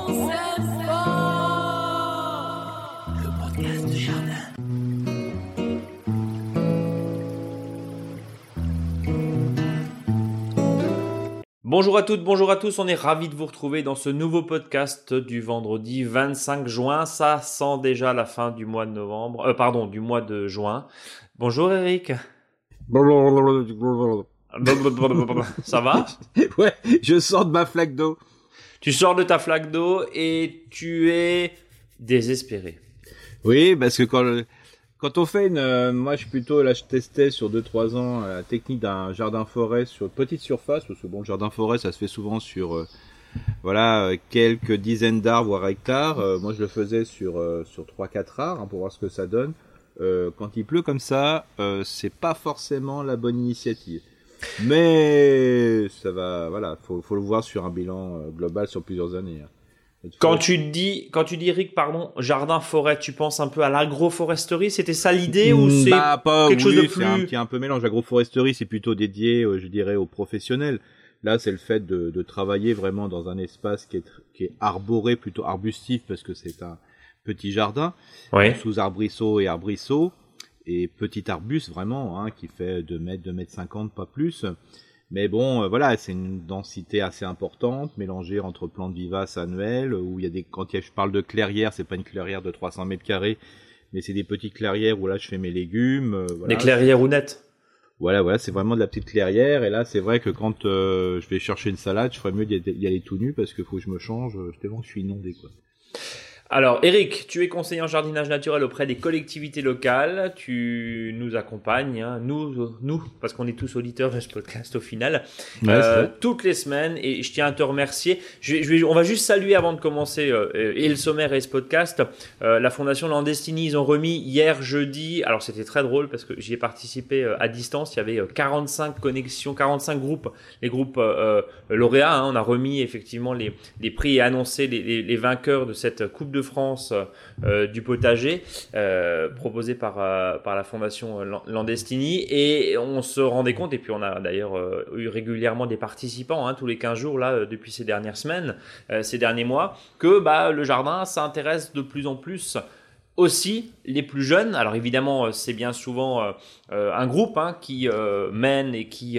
s'aime fort. Le podcast de jardin. Bonjour à toutes, bonjour à tous, on est ravis de vous retrouver dans ce nouveau podcast du vendredi 25 juin. Ça sent déjà la fin du mois de novembre, du mois de juin. Bonjour Eric. Ça va? Ouais, je sors de ma flaque d'eau. Tu sors de ta flaque d'eau et tu es désespéré. Oui, parce que quand on fait moi je testais sur 2-3 ans la technique d'un jardin-forêt sur petite surface, parce que bon, le jardin-forêt ça se fait souvent sur quelques dizaines d'arbres voire hectares. Moi je le faisais sur 3-4 arbres pour voir ce que ça donne. Quand il pleut comme ça, c'est pas forcément la bonne initiative. Mais ça va, voilà, faut le voir sur un bilan global sur plusieurs années. Quand tu dis Eric, jardin-forêt, tu penses un peu à l'agroforesterie, c'était ça l'idée ou c'est quelque chose de plus... C'est un peu mélange. L'agroforesterie, c'est plutôt dédié, je dirais, aux professionnels. Là, c'est le fait de travailler vraiment dans un espace qui est arboré, plutôt arbustif, parce que c'est un petit jardin, ouais. Sous arbrisseau et arbrisseau, et petit arbuste vraiment, qui fait 2 mètres, 2 mètres 50, pas plus. Mais bon, voilà, c'est une densité assez importante, mélangée entre plantes vivaces annuelles, où il y a quand je parle de clairière, c'est pas une clairière de 300 mètres carrés, mais c'est des petites clairières où là je fais mes légumes. Des clairières hounettes. Voilà, c'est vraiment de la petite clairière, et là c'est vrai que quand je vais chercher une salade, je ferais mieux d'y aller tout nu, parce qu'il faut que je me change, tellement que je suis inondé, quoi. Alors, Eric, tu es conseiller en jardinage naturel auprès des collectivités locales. Tu nous accompagnes, nous, parce qu'on est tous auditeurs de ce podcast au final, toutes les semaines. Et je tiens à te remercier. On va juste saluer avant de commencer et le sommaire et ce podcast. La Fondation Landestini, ils ont remis hier jeudi. Alors, c'était très drôle parce que j'y ai participé à distance. Il y avait 45 connexions, 45 groupes, les groupes lauréats. On a remis effectivement les prix et annoncé les vainqueurs de cette Coupe de France du potager proposé par la Fondation Landestini, et on se rendait compte, et puis on a d'ailleurs eu régulièrement des participants tous les 15 jours là depuis ces dernières semaines, ces derniers mois, que le jardin s'intéresse de plus en plus aussi les plus jeunes. Alors évidemment c'est bien souvent un groupe qui mène et qui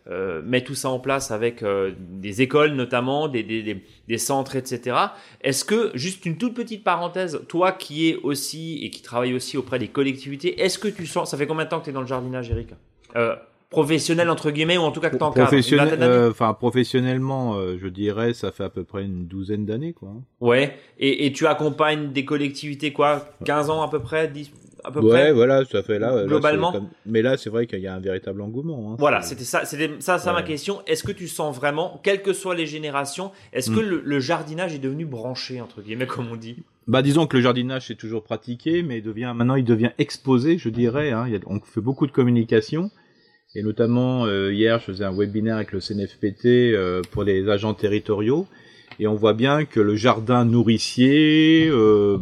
met tout ça en place avec des écoles notamment, des centres, etc. Est-ce que, juste une toute petite parenthèse, toi qui es aussi et qui travaille aussi auprès des collectivités, est-ce que tu sens, ça fait combien de temps que tu es dans le jardinage, Eric, professionnel entre guillemets, ou en tout cas que tu encadres? Professionnellement, je dirais, ça fait à peu près une 12aine d'années, quoi. Ouais, et tu accompagnes des collectivités, 15 ans à peu près, 10 à peu près. Ouais, voilà, ça fait là. Globalement. Mais là, c'est vrai qu'il y a un véritable engouement. Voilà, c'était ça ma question. Est-ce que tu sens vraiment, quelles que soient les générations, est-ce que le jardinage est devenu branché, entre guillemets, comme on dit? Disons que le jardinage est toujours pratiqué, mais maintenant il devient exposé, je dirais. On fait beaucoup de communication. Et notamment, hier, je faisais un webinaire avec le CNFPT pour les agents territoriaux. Et on voit bien que le jardin nourricier,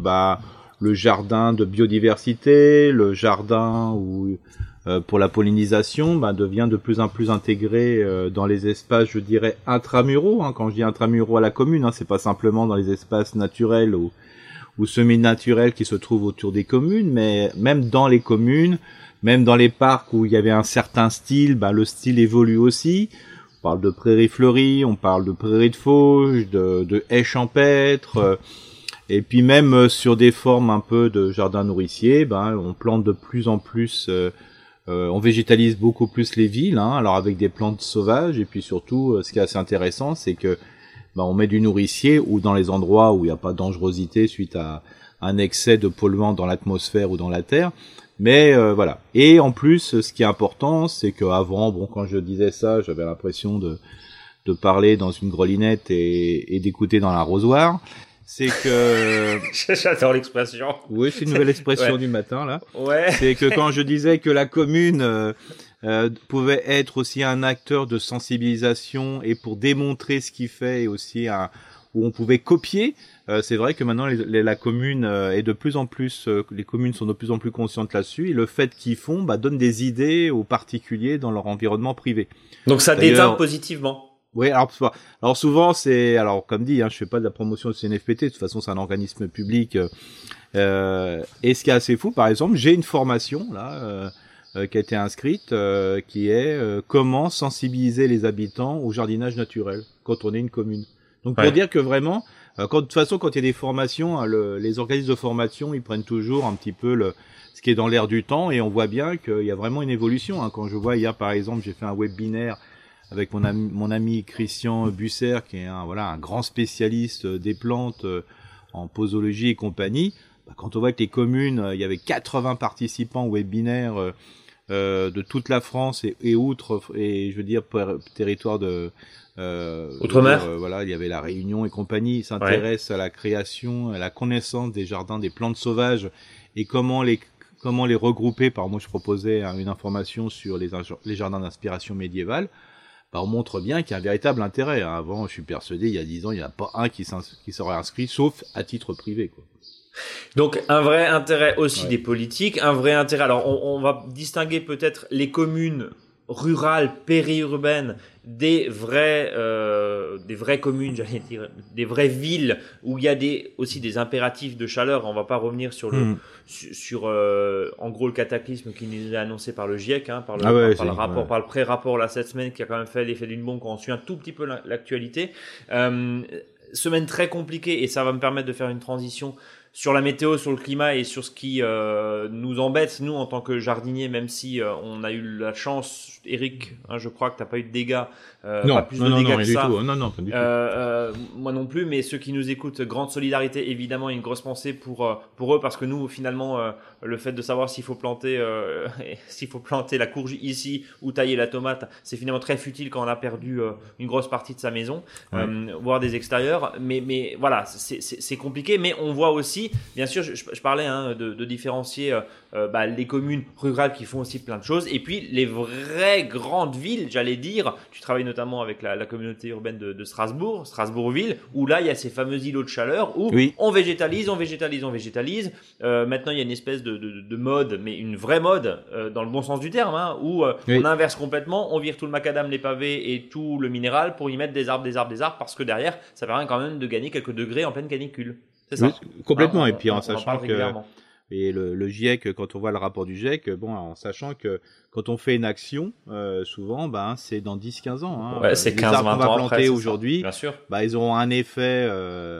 le jardin de biodiversité, le jardin pour la pollinisation, devient de plus en plus intégré dans les espaces, je dirais, intramuraux. Quand je dis intramuraux à la commune, c'est pas simplement dans les espaces naturels ou semi-naturels qui se trouvent autour des communes, mais même dans les communes, même dans les parcs où il y avait un certain style, le style évolue aussi. On parle de prairies fleuries, on parle de prairies de fauche, de haies champêtres. Et puis même sur des formes un peu de jardin nourricier, on plante de plus en plus, on végétalise beaucoup plus les villes, alors avec des plantes sauvages. Et puis surtout, ce qui est assez intéressant, c'est que on met du nourricier ou dans les endroits où il n'y a pas de dangerosité suite à un excès de polluants dans l'atmosphère ou dans la terre. Mais voilà. Et en plus, ce qui est important, c'est qu'avant, quand je disais ça, j'avais l'impression de parler dans une grelinette et d'écouter dans l'arrosoir. C'est que... J'adore l'expression. Oui, c'est une nouvelle expression du matin, là. Ouais. C'est que quand je disais que la commune pouvait être aussi un acteur de sensibilisation et pour démontrer ce qu'il fait, et aussi où on pouvait copier, c'est vrai que maintenant la commune est de plus en plus, les communes sont de plus en plus conscientes là-dessus, et le fait qu'ils font donne des idées aux particuliers dans leur environnement privé. Donc ça déteint positivement. Oui, alors souvent alors comme dit, je fais pas de la promotion de CNFPT. De toute façon, c'est un organisme public. Et ce qui est assez fou, par exemple, j'ai une formation là qui a été inscrite, qui est comment sensibiliser les habitants au jardinage naturel quand on est une commune. Donc pour dire que vraiment, de toute façon, quand il y a des formations, les organismes de formation, ils prennent toujours un petit peu ce qui est dans l'air du temps, et on voit bien qu'il y a vraiment une évolution. Quand je vois hier, par exemple, j'ai fait un webinaire avec mon ami Christian Busser, qui est un grand spécialiste des plantes en posologie et compagnie. Quand on voit que les communes, il y avait 80 participants au webinaire de toute la France et outre, et je veux dire territoire de Outre-mer. Il y avait la Réunion et compagnie. Ils s'intéressent à la création, à la connaissance des jardins, des plantes sauvages et comment les regrouper. Par moi, je proposais une information sur les jardins d'inspiration médiévale. On montre bien qu'il y a un véritable intérêt. Avant, je suis persuadé, il y a 10 ans, il n'y en a pas un qui serait inscrit, sauf à titre privé, quoi. Donc un vrai intérêt aussi des politiques, un vrai intérêt. Alors on va distinguer peut-être les communes rurales, périurbaines, des vraies communes, j'allais dire, des vraies villes où il y a aussi des impératifs de chaleur. On va pas revenir sur en gros le cataclysme qui nous est annoncé par le GIEC, par le pré-rapport là cette semaine qui a quand même fait l'effet d'une bombe quand on suit un tout petit peu l'actualité. Semaine très compliquée, et ça va me permettre de faire une transition sur la météo, sur le climat et sur ce qui nous embête, nous, en tant que jardiniers, même si on a eu la chance, Eric, je crois que tu n'as pas eu de dégâts, pas plus de dégâts que ça. Non, pas du tout. Moi non plus, mais ceux qui nous écoutent, grande solidarité, évidemment, et une grosse pensée pour eux, parce que nous, finalement, le fait de savoir s'il faut planter la courge ici ou tailler la tomate, c'est finalement très futile quand on a perdu une grosse partie de sa maison, voire des extérieurs. Mais voilà, c'est compliqué, mais on voit aussi, bien sûr, je parlais de différencier les communes rurales qui font aussi plein de choses, et puis les vraies grandes villes, j'allais dire. Tu travailles notamment avec la communauté urbaine de Strasbourg-Ville, où là il y a ces fameux îlots de chaleur où on végétalise. Maintenant il y a une espèce de mode, mais une vraie mode dans le bon sens du terme, où on inverse complètement, on vire tout le macadam, les pavés et tout le minéral pour y mettre des arbres, parce que derrière ça permet quand même de gagner quelques degrés en pleine canicule. C'est ça. Oui, complètement. Et puis en sachant que le GIEC, quand on voit le rapport du GIEC, en sachant que quand on fait une action, souvent, c'est dans 10-15 ans. C'est 15-20 ans. On va planter après, aujourd'hui. Bien sûr. Ils auront un effet,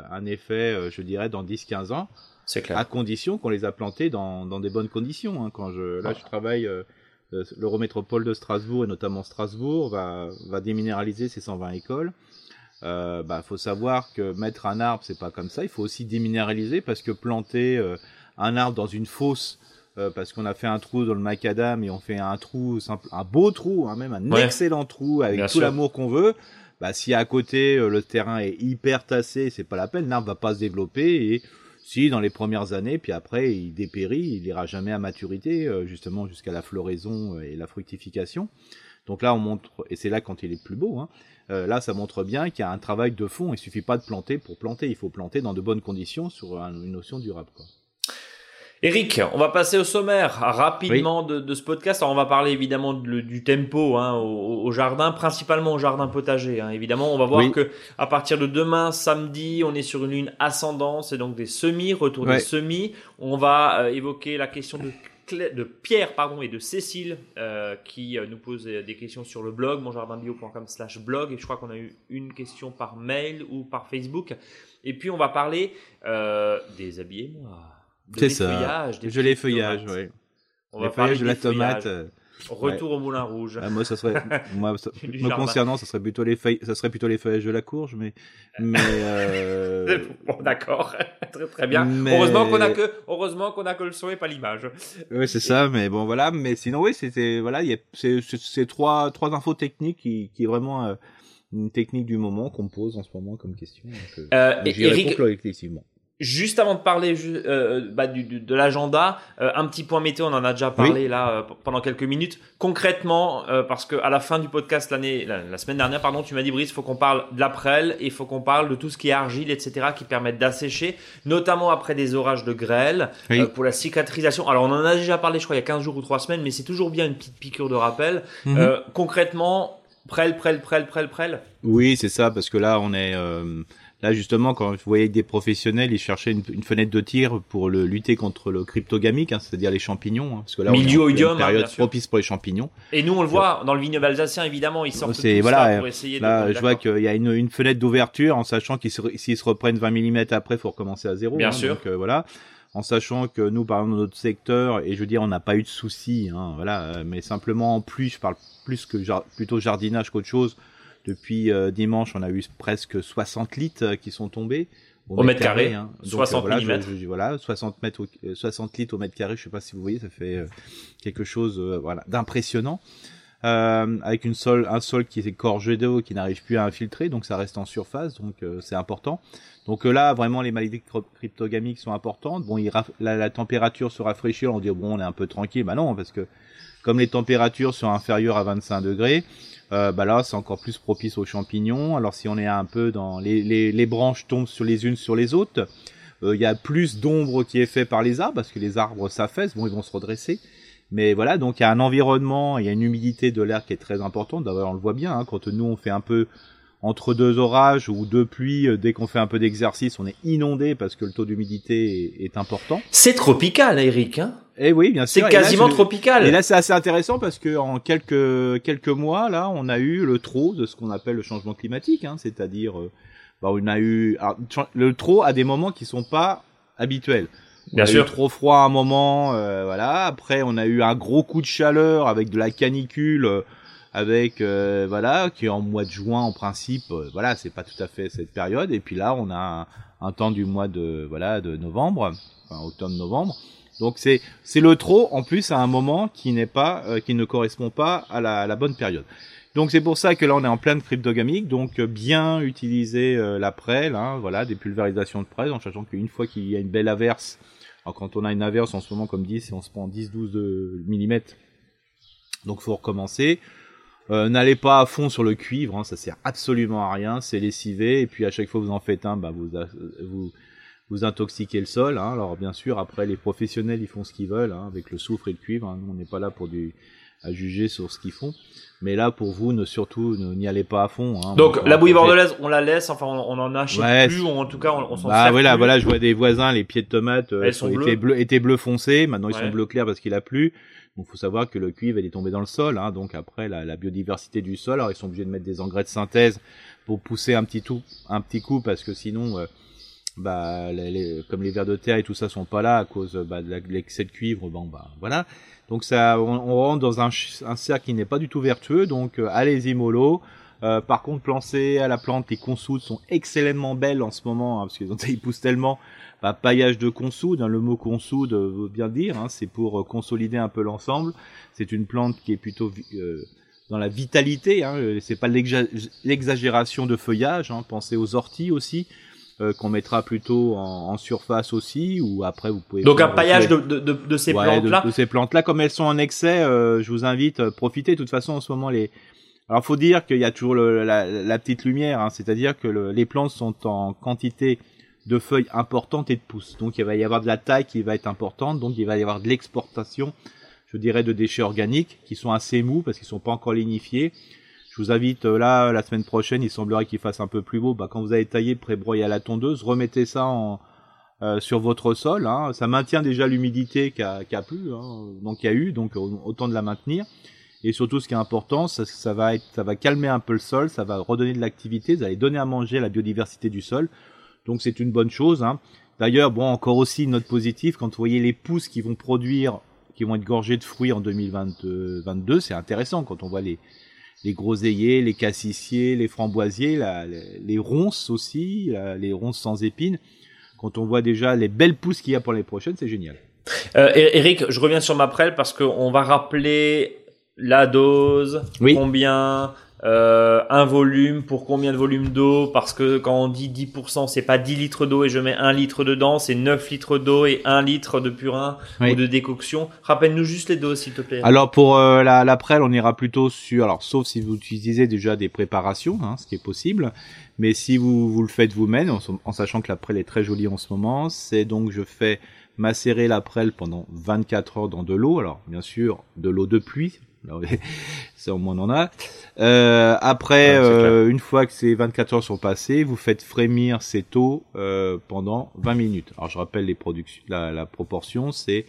je dirais, dans 10-15 ans. C'est clair. À condition qu'on les a plantés dans des bonnes conditions. Quand je travaille, l'Eurométropole de Strasbourg et notamment Strasbourg va déminéraliser ses 120 écoles. Faut savoir que mettre un arbre, c'est pas comme ça. Il faut aussi déminéraliser, parce que planter un arbre dans une fosse, parce qu'on a fait un trou dans le macadam et on fait un trou simple, un beau trou, même un excellent trou avec tout l'amour qu'on veut. Si à côté le terrain est hyper tassé, c'est pas la peine. L'arbre va pas se développer, et si dans les premières années, puis après il dépérit, il ira jamais à maturité, justement jusqu'à la floraison et la fructification. Donc là on montre, et c'est là quand il est plus beau. Là, ça montre bien qu'il y a un travail de fond. Il suffit pas de planter pour planter. Il faut planter dans de bonnes conditions sur une notion durable, quoi. Eric, on va passer au sommaire rapidement de ce podcast. Alors, on va parler évidemment du tempo au jardin, principalement au jardin potager. Évidemment, on va voir que à partir de demain, samedi, on est sur une lune ascendante, et donc des semis, retour des semis. On va évoquer la question de Pierre et de Cécile qui nous posent des questions sur le blog monjardinbio.com/blog, et je crois qu'on a eu une question par mail ou par Facebook. Et puis on va parler des habillés, c'est ça, les feuillages, on va les parler feuillages de la tomate. Retour au Moulin Rouge. Moi, ça serait, me concernant, ça serait plutôt les feuillages de la courge, mais bon, d'accord. Très, très bien. Mais... Heureusement qu'on a que le son et pas l'image. Oui, c'est ça, mais bon, voilà. Mais sinon, c'est trois infos techniques qui est vraiment, une technique du moment qu'on me pose en ce moment comme question. Donc, j'y réponds collectivement. Juste avant de parler de l'agenda, un petit point météo, on en a déjà parlé pendant quelques minutes. Concrètement, parce que à la fin du podcast la semaine dernière, tu m'as dit, Brice, il faut qu'on parle de la prêle, et il faut qu'on parle de tout ce qui est argile, etc., qui permettent d'assécher, notamment après des orages de grêle, pour la cicatrisation. Alors on en a déjà parlé, je crois, il y a 15 jours ou 3 semaines, mais c'est toujours bien une petite piqûre de rappel. Concrètement, Prêle. Oui, c'est ça, parce que là, on est là justement quand vous voyez des professionnels, ils cherchaient une fenêtre de tir pour lutter contre le cryptogamique, hein, c'est-à-dire les champignons, hein, parce que là, on est en une période propice pour les champignons. Et nous, on le voit dans le vignoble alsacien, évidemment, ils sortent tout voilà, ça pour essayer là, je vois qu'il y a une fenêtre d'ouverture, en sachant s'ils se reprennent 20 mm après, il faut recommencer à zéro. Bien sûr. Donc voilà. En sachant que nous, par exemple, dans notre secteur, et je veux dire, on n'a pas eu de soucis, hein, voilà, mais simplement en plus, je parle plutôt jardinage qu'autre chose. Depuis dimanche, on a eu presque 60 litres qui sont tombés au mètre carré, hein. Donc, 60 mm. Voilà, 60 litres au mètre carré, je sais pas si vous voyez, ça fait quelque chose voilà, d'impressionnant. Avec un sol qui est gorgé d'eau, qui n'arrive plus à infiltrer, donc ça reste en surface, donc c'est important. Donc là, vraiment, les maladies cryptogamiques sont importantes. Bon, la température se rafraîchit, on dit bon, on est un peu tranquille. Bah non, parce que comme les températures sont inférieures à 25 degrés, bah là, c'est encore plus propice aux champignons. Alors si on est un peu dans les branches tombent les unes sur les autres, il y a plus d'ombre qui est fait par les arbres, parce que les arbres s'affaissent, bon, ils vont se redresser. Mais voilà, donc il y a un environnement, il y a une humidité de l'air qui est très importante. D'ailleurs, on le voit bien, hein, quand nous on fait un peu entre deux orages ou deux pluies, dès qu'on fait un peu d'exercice, on est inondé parce que le taux d'humidité est important. C'est tropical, Eric, hein? Eh oui, bien sûr. C'est quasiment tropical. Et là, c'est assez intéressant parce que en quelques mois, là, on a eu le trop de ce qu'on appelle le changement climatique, hein, c'est-à-dire, on a eu le trop à des moments qui sont pas habituels. Bien sûr. On a eu trop froid à un moment, voilà. Après, on a eu un gros coup de chaleur avec de la canicule, avec voilà, qui est en mois de juin en principe. Voilà, c'est pas tout à fait cette période. Et puis là, on a un temps du mois de novembre, enfin octobre-novembre. Donc c'est le trop en plus à un moment qui ne correspond pas à la bonne période. Donc c'est pour ça que là on est en pleine cryptogamique, donc bien utiliser la prêle, hein, voilà, des pulvérisations de prêle, en sachant qu'une fois qu'il y a une belle averse, alors quand on a une averse en ce moment comme 10, on se prend 10-12 mm, donc faut recommencer. N'allez pas à fond sur le cuivre, hein, ça sert absolument à rien, c'est lessivé, et puis à chaque fois que vous en faites un, bah vous intoxiquez le sol, hein. Alors bien sûr, après les professionnels ils font ce qu'ils veulent, hein, avec le soufre et le cuivre, hein. Nous on n'est pas là à juger sur ce qu'ils font, mais là pour vous n'y allez pas à fond, hein. Donc la bouillie bordelaise on la laisse, enfin on en achète plus, ou en tout cas on s'en sert plus. Voilà, je vois des voisins, les pieds de tomates étaient bleu foncé, maintenant ils sont bleu clair parce qu'il a plu. Donc faut savoir que le cuivre il est tombé dans le sol, hein. Donc après la biodiversité du sol, alors ils sont obligés de mettre des engrais de synthèse pour pousser un petit coup, parce que sinon comme les vers de terre et tout ça sont pas là à cause de l'excès de cuivre, voilà. Donc ça, on rentre dans un cercle qui n'est pas du tout vertueux. Donc allez-y mollo. Par contre, plancer à la plante, les consoudes sont excellemment belles en ce moment, hein, parce qu'ils poussent tellement. Paillage de consoude, hein, le mot consoude veut bien dire, hein, c'est pour consolider un peu l'ensemble. C'est une plante qui est plutôt dans la vitalité, hein, c'est pas l'exagération de feuillage, hein. Pensez aux orties aussi, qu'on mettra plutôt en surface aussi, ou après vous pouvez... Donc un paillage de ces plantes-là. De ces plantes-là, comme elles sont en excès, je vous invite à profiter. De toute façon, en ce moment, alors faut dire qu'il y a toujours la petite lumière, hein, c'est-à-dire que les plantes sont en quantité de feuilles importantes et de pousses. Donc il va y avoir de la taille qui va être importante, donc il va y avoir de l'exportation, je dirais, de déchets organiques qui sont assez mous parce qu'ils sont pas encore lignifiés. Je vous invite là, la semaine prochaine, il semblerait qu'il fasse un peu plus beau. Quand vous avez taillé, pré-broyé à la tondeuse, remettez ça sur votre sol, hein. Ça maintient déjà l'humidité qu'il y a plu, hein, donc il y a eu, donc autant de la maintenir. Et surtout, ce qui est important, ça va calmer un peu le sol, ça va redonner de l'activité, vous allez donner à manger à la biodiversité du sol. Donc c'est une bonne chose, hein. D'ailleurs, encore aussi une note positive, quand vous voyez les pousses qui vont être gorgées de fruits en 2022, c'est intéressant quand on voit les groseilliers, les cassissiers, les framboisiers, les ronces aussi, les ronces sans épines. Quand on voit déjà les belles pousses qu'il y a pour les prochaines, c'est génial. Eric, je reviens sur ma prêle parce qu'on va rappeler la dose, combien, un volume, pour combien de volume d'eau, parce que quand on dit 10%, c'est pas 10 litres d'eau et je mets 1 litre dedans, c'est 9 litres d'eau et 1 litre de purin ou de décoction. Rappelle-nous juste les doses, s'il te plaît. Alors pour la prêle, on ira plutôt sauf si vous utilisez déjà des préparations, hein, ce qui est possible, mais si vous le faites vous-même, en sachant que la prêle est très jolie en ce moment, c'est donc je fais macérer la prêle pendant 24 heures dans de l'eau, alors bien sûr de l'eau de pluie, Ça au moins on en a. Après, une fois que ces 24 heures sont passées, vous faites frémir ces taux pendant 20 minutes. Alors je rappelle les productions, la proportion, c'est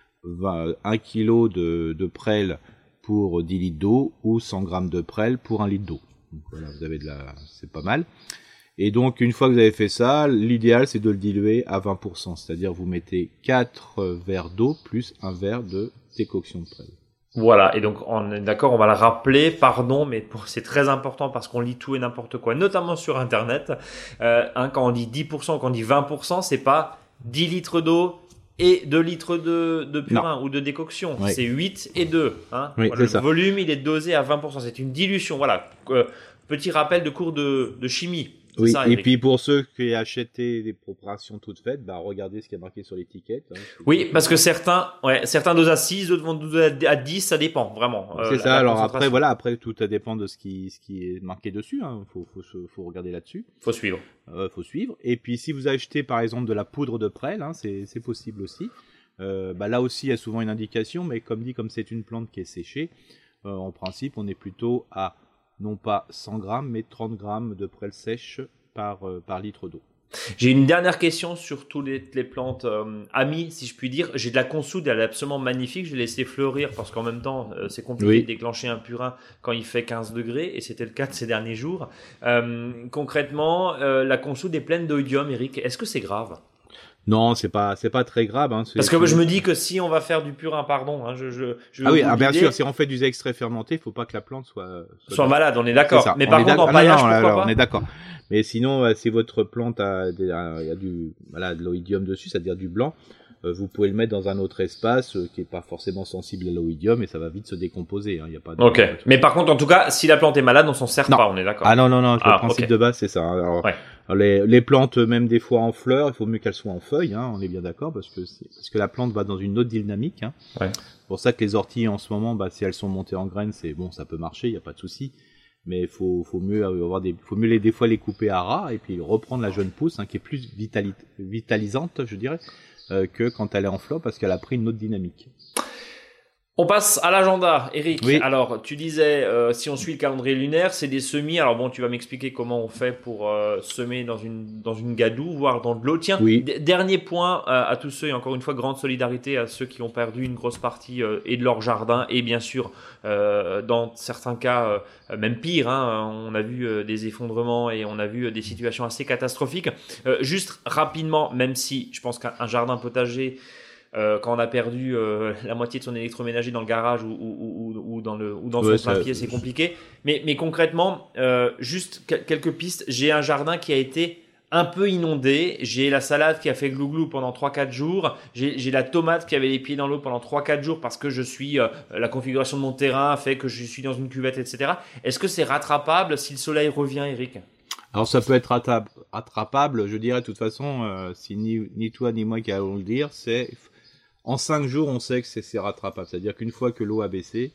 1 kg de prêle pour 10 litres d'eau ou 100 grammes de prêle pour 1 litre d'eau. Donc voilà, vous avez c'est pas mal. Et donc, une fois que vous avez fait ça, l'idéal, c'est de le diluer à 20%. C'est-à-dire, vous mettez 4 verres d'eau plus 1 verre de décoction de prêle. Voilà, et donc on est d'accord, on va le rappeler, pardon, mais c'est très important parce qu'on lit tout et n'importe quoi, notamment sur Internet. Quand on dit 10%, quand on dit 20%, c'est pas 10 litres d'eau et 2 litres de purin ou de décoction. Oui. C'est 8 et 2. Hein. Oui, voilà, le volume, il est dosé à 20%. C'est une dilution. Voilà. Petit rappel de cours de chimie. Oui, ça, et puis pour ceux qui achetaient des préparations toutes faites, regardez ce qui est marqué sur l'étiquette. Hein, oui, parce que certains dosent à 6, d'autres vont doser à 10, ça dépend, vraiment. C'est ça, alors après tout dépend de ce qui est marqué dessus, hein. Faut regarder là-dessus. Faut suivre. Et puis si vous achetez par exemple de la poudre de prêle, hein, c'est possible aussi. Là aussi, il y a souvent une indication, mais comme c'est une plante qui est séchée, en principe, on est plutôt à non pas 100 grammes, mais 30 grammes de prêle sèche par litre d'eau. J'ai une dernière question sur toutes les plantes amies, si je puis dire. J'ai de la consoude, elle est absolument magnifique. Je l'ai laissée fleurir parce qu'en même temps, c'est compliqué de déclencher un purin quand il fait 15 degrés, et c'était le cas de ces derniers jours. Concrètement, la consoude est pleine d'oïdium, Eric. Est-ce que c'est grave ? Non, c'est pas très grave. Hein. Parce que je me dis que si on va faire du purin, pardon, hein, bien sûr, si on fait du extrait fermenté, il faut pas que la plante soit malade, on est d'accord. Mais par contre, en paillage, pourquoi pas ? On est d'accord. Mais sinon, si votre plante il y a de l'oïdium dessus, c'est-à-dire du blanc, vous pouvez le mettre dans un autre espace qui est pas forcément sensible à l'oïdium et ça va vite se décomposer. Hein. Il y a pas. Ok. Mais par contre, en tout cas, si la plante est malade, on s'en sert pas. On est d'accord. Ah non. Le principe de base, c'est ça. Alors, les plantes, même des fois en fleurs, il faut mieux qu'elles soient en feuilles. Hein, on est bien d'accord parce que la plante va dans une autre dynamique. Hein. Ouais. C'est pour ça que les orties en ce moment, si elles sont montées en graines, c'est bon, ça peut marcher, il y a pas de souci. Mais faut mieux des fois les couper à ras et puis reprendre la jeune pousse, hein, qui est plus vitalisante, je dirais, que quand elle est en fleur parce qu'elle a pris une autre dynamique. On passe à l'agenda, Eric. Oui. Alors, tu disais, si on suit le calendrier lunaire, c'est des semis. Alors bon, tu vas m'expliquer comment on fait pour semer dans une gadoue, voire dans de l'eau. Tiens, dernier point à tous ceux, et encore une fois, grande solidarité à ceux qui ont perdu une grosse partie et de leur jardin, et bien sûr, dans certains cas, même pire, hein, on a vu des effondrements et on a vu des situations assez catastrophiques. Juste rapidement, même si je pense qu'un jardin potager, quand on a perdu la moitié de son électroménager dans le garage ou dans son plein-pied, c'est compliqué. Mais concrètement, juste quelques pistes. J'ai un jardin qui a été un peu inondé. J'ai la salade qui a fait glouglou pendant 3-4 jours. J'ai la tomate qui avait les pieds dans l'eau pendant 3-4 jours parce que la configuration de mon terrain fait que je suis dans une cuvette, etc. Est-ce que c'est rattrapable si le soleil revient, Eric ? Alors ça peut être rattrapable, je dirais de toute façon, si ni toi ni moi qui allons le dire, c'est en 5 jours on sait que c'est rattrapable, c'est-à-dire qu'une fois que l'eau a baissé,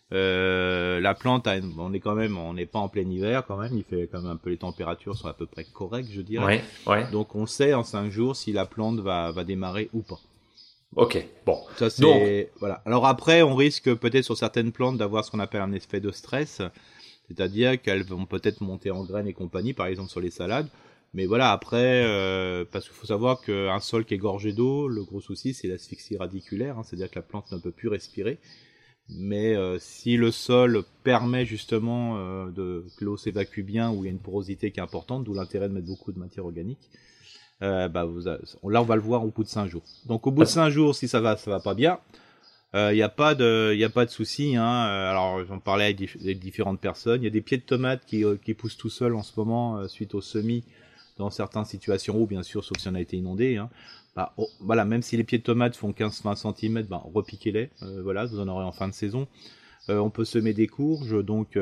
la plante on n'est pas en plein hiver quand même, il fait quand même un peu, les températures sont à peu près correctes, je dirais. Ouais. Donc on sait en 5 jours si la plante va démarrer ou pas. Ok, bon. Ça c'est voilà. Alors après on risque peut-être sur certaines plantes d'avoir ce qu'on appelle un effet de stress. C'est-à-dire qu'elles vont peut-être monter en graines et compagnie, par exemple sur les salades. Mais voilà, après, parce qu'il faut savoir qu'un sol qui est gorgé d'eau, le gros souci, c'est l'asphyxie radiculaire. Hein, c'est-à-dire que la plante ne peut plus respirer. Mais si le sol permet justement que l'eau s'évacue bien, où il y a une porosité qui est importante, d'où l'intérêt de mettre beaucoup de matière organique, là on va le voir au bout de 5 jours. Donc au bout de 5 jours, si ça va pas bien, y a pas de souci, hein. Alors j'en parlais avec différentes personnes. Il y a des pieds de tomates qui poussent tout seuls en ce moment suite aux semis dans certaines situations où, bien sûr, sauf si on a été inondé. Hein. Voilà, même si les pieds de tomates font 15-20 cm, repiquez-les. Voilà, vous en aurez en fin de saison. On peut semer des courges, donc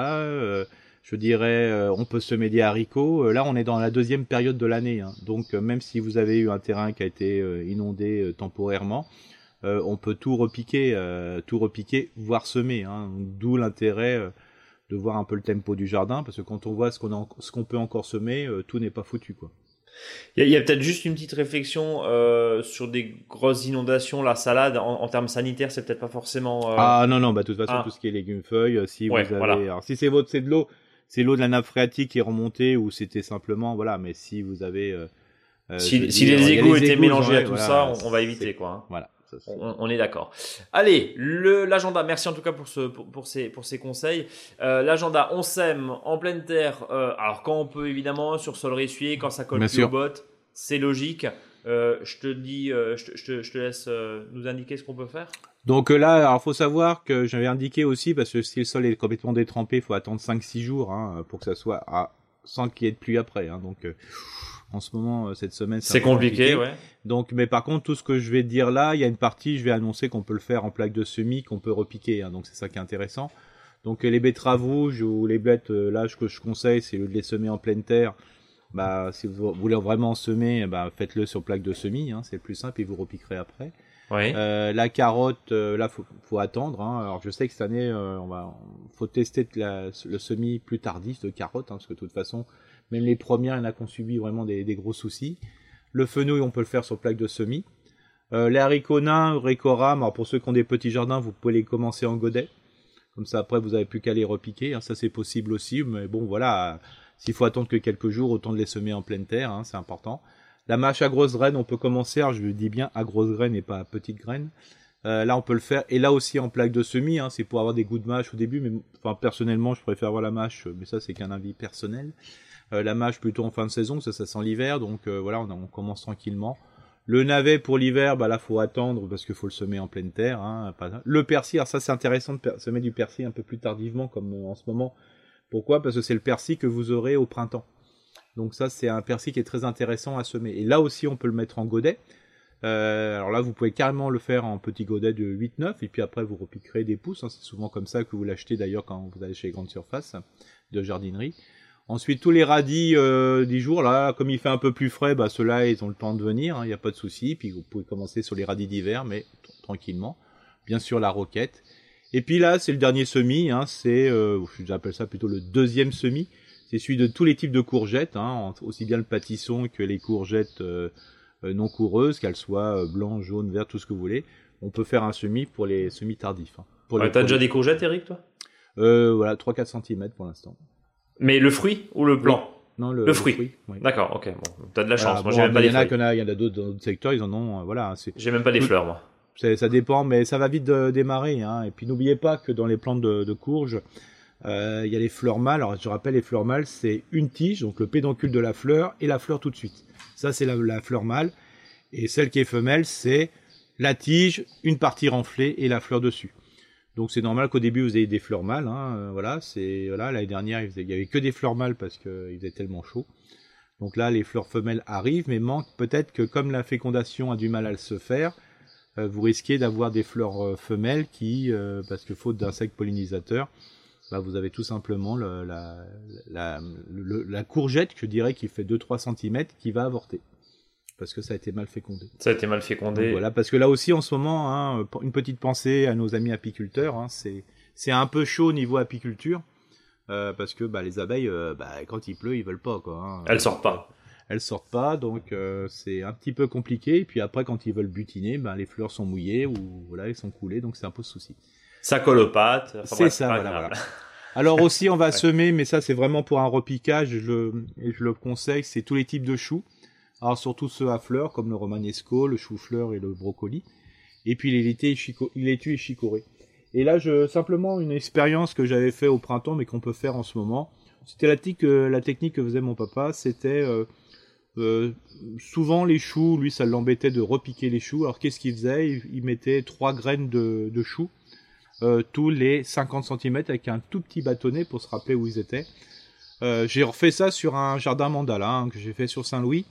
je dirais, on peut semer des haricots. Là, on est dans la deuxième période de l'année, hein. Donc même si vous avez eu un terrain qui a été inondé temporairement, on peut tout repiquer, voire semer, hein. D'où l'intérêt de voir un peu le tempo du jardin, parce que quand on voit ce qu'on peut encore semer, tout n'est pas foutu, quoi. Il y a peut-être juste une petite réflexion sur des grosses inondations. La salade, en termes sanitaires, c'est peut-être pas forcément. Ah non, non, bah de toute façon, tout ce qui est légumes feuilles, si Ouais, vous avez, voilà. alors si c'est de l'eau, c'est l'eau de la nappe phréatique qui est remontée ou c'était simplement, voilà. Mais si vous avez, je veux Si dire, les il y a égouts étaient égouts, mélangés à tout voilà, ça, on va c'est- éviter quoi. Hein. Voilà. Ça, c'est- On est d'accord. Allez, l'agenda. Merci en tout cas pour ces conseils. L'agenda, on sème en pleine terre. Alors quand on peut évidemment sur sol ressuyé, quand ça colle Bien plus sûr. aux bottes, c'est logique. Je te dis, je te laisse nous indiquer ce qu'on peut faire. Donc là, alors faut savoir que j'avais indiqué aussi, parce que si le sol est complètement détrempé, il faut attendre 5-6 jours hein, pour que ça soit sans qu'il y ait de pluie après. Hein, donc en ce moment, cette semaine, C'est un peu compliqué, ouais. Donc, mais par contre, tout ce que je vais te dire là, il y a une partie, je vais annoncer qu'on peut le faire en plaque de semis, qu'on peut repiquer. Hein, donc c'est ça qui est intéressant. Donc les betteraves rouges ou les blettes, là, ce que je conseille, c'est de les semer en pleine terre. Bah, si vous voulez vraiment semer, bah, faites-le sur plaque de semis, hein, c'est le plus simple et vous repiquerez après. Oui. La carotte, là, faut attendre. Hein. Alors, je sais que cette année, faut tester le semis plus tardif de carottes, hein, parce que de toute façon, même les premières, il y en a qui ont subi vraiment des gros soucis. Le fenouil, on peut le faire sur plaque de semis. Les haricots nains, récoram, alors pour ceux qui ont des petits jardins, vous pouvez les commencer en godet. Comme ça, après, vous n'avez plus qu'à les repiquer. Hein. Ça, c'est possible aussi. Mais bon, voilà, s'il faut attendre que quelques jours, autant de les semer en pleine terre, hein, c'est important. La mâche à grosses graines, on peut commencer, alors je dis bien à grosses graines et pas à petites graines. Là, on peut le faire. Et là aussi, en plaque de semis, hein, c'est pour avoir des goûts de mâche au début. Mais enfin, personnellement, je préfère avoir la mâche, mais ça, c'est qu'un avis personnel. La mâche plutôt en fin de saison, ça sent l'hiver. Donc voilà, on commence tranquillement. Le navet pour l'hiver, bah là, faut attendre parce qu'il faut le semer en pleine terre. Hein, le persil, alors ça, c'est intéressant de semer du persil un peu plus tardivement, comme en ce moment. Pourquoi ? Parce que c'est le persil que vous aurez au printemps. Donc ça, c'est un persil qui est très intéressant à semer. Et là aussi, on peut le mettre en godet. Alors là, vous pouvez carrément le faire en petit godet de 8-9, et puis après, vous repiquerez des pousses. Hein. C'est souvent comme ça que vous l'achetez d'ailleurs quand vous allez chez les grandes surfaces de jardinerie. Ensuite, tous les radis du jour, là, comme il fait un peu plus frais, bah ceux-là, ils ont le temps de venir, il n'y a pas de souci. Puis vous pouvez commencer sur les radis d'hiver, mais tranquillement. Bien sûr, la roquette. Et puis là, c'est le dernier semis, hein, j'appelle ça plutôt le deuxième semis. C'est celui de tous les types de courgettes, hein, aussi bien le pâtisson que les courgettes non coureuses, qu'elles soient blancs, jaunes, vertes, tout ce que vous voulez. On peut faire un semis pour les semis tardifs. Hein, T'as déjà des courgettes, Eric, toi ? Voilà, 3-4 cm pour l'instant. Mais le fruit ou le plant ? Non, le fruit. Oui. D'accord, ok. Bon, t'as de la chance. Voilà, Moi, j'ai même pas des fleurs. Il y en a d'autres dans d'autres secteurs, ils en ont. Voilà. J'ai même pas des fleurs, moi. Ça dépend, mais ça va vite démarrer. Hein. Et puis n'oubliez pas que dans les plantes de courge, il y a les fleurs mâles. Alors je rappelle, les fleurs mâles, c'est une tige, donc le pédoncule de la fleur et la fleur tout de suite. Ça, c'est la fleur mâle. Et celle qui est femelle, c'est la tige, une partie renflée et la fleur dessus. Donc c'est normal qu'au début vous ayez des fleurs mâles. Hein. Voilà, l'année dernière il y avait que des fleurs mâles parce qu'il faisait tellement chaud. Donc là les fleurs femelles arrivent, mais manque peut-être que comme la fécondation a du mal à se faire, vous risquez d'avoir des fleurs femelles qui, parce que faute d'insectes pollinisateurs, bah, vous avez tout simplement la courgette, je dirais, qui fait 2-3 cm, qui va avorter. Parce que ça a été mal fécondé. Ça a été mal fécondé. Donc voilà, parce que là aussi, en ce moment, hein, une petite pensée à nos amis apiculteurs, hein, c'est un peu chaud au niveau apiculture, parce que bah, les abeilles, quand il pleut, ils veulent pas. Quoi, hein. Elles sortent pas. Elles sortent pas, donc c'est un petit peu compliqué. Et puis après, quand ils veulent butiner, ben, les fleurs sont mouillées ou voilà, elles sont coulées, donc c'est un peu souci. Ça colle aux pattes. Enfin, c'est ça, voilà. Alors aussi, on va semer, mais ça c'est vraiment pour un repiquage, et je le conseille, c'est tous les types de choux. Alors surtout ceux à fleurs, comme le romanesco, le chou-fleur et le brocoli. Et puis les laitues et chicorées. Et là, simplement une expérience que j'avais fait au printemps, mais qu'on peut faire en ce moment. C'était la technique que faisait mon papa, c'était... souvent les choux, lui ça l'embêtait de repiquer les choux. Alors qu'est-ce qu'il faisait ? Il mettait 3 graines de choux tous les 50 cm avec un tout petit bâtonnet pour se rappeler où ils étaient. J'ai refait ça sur un jardin mandala hein, que j'ai fait sur Saint-Louis.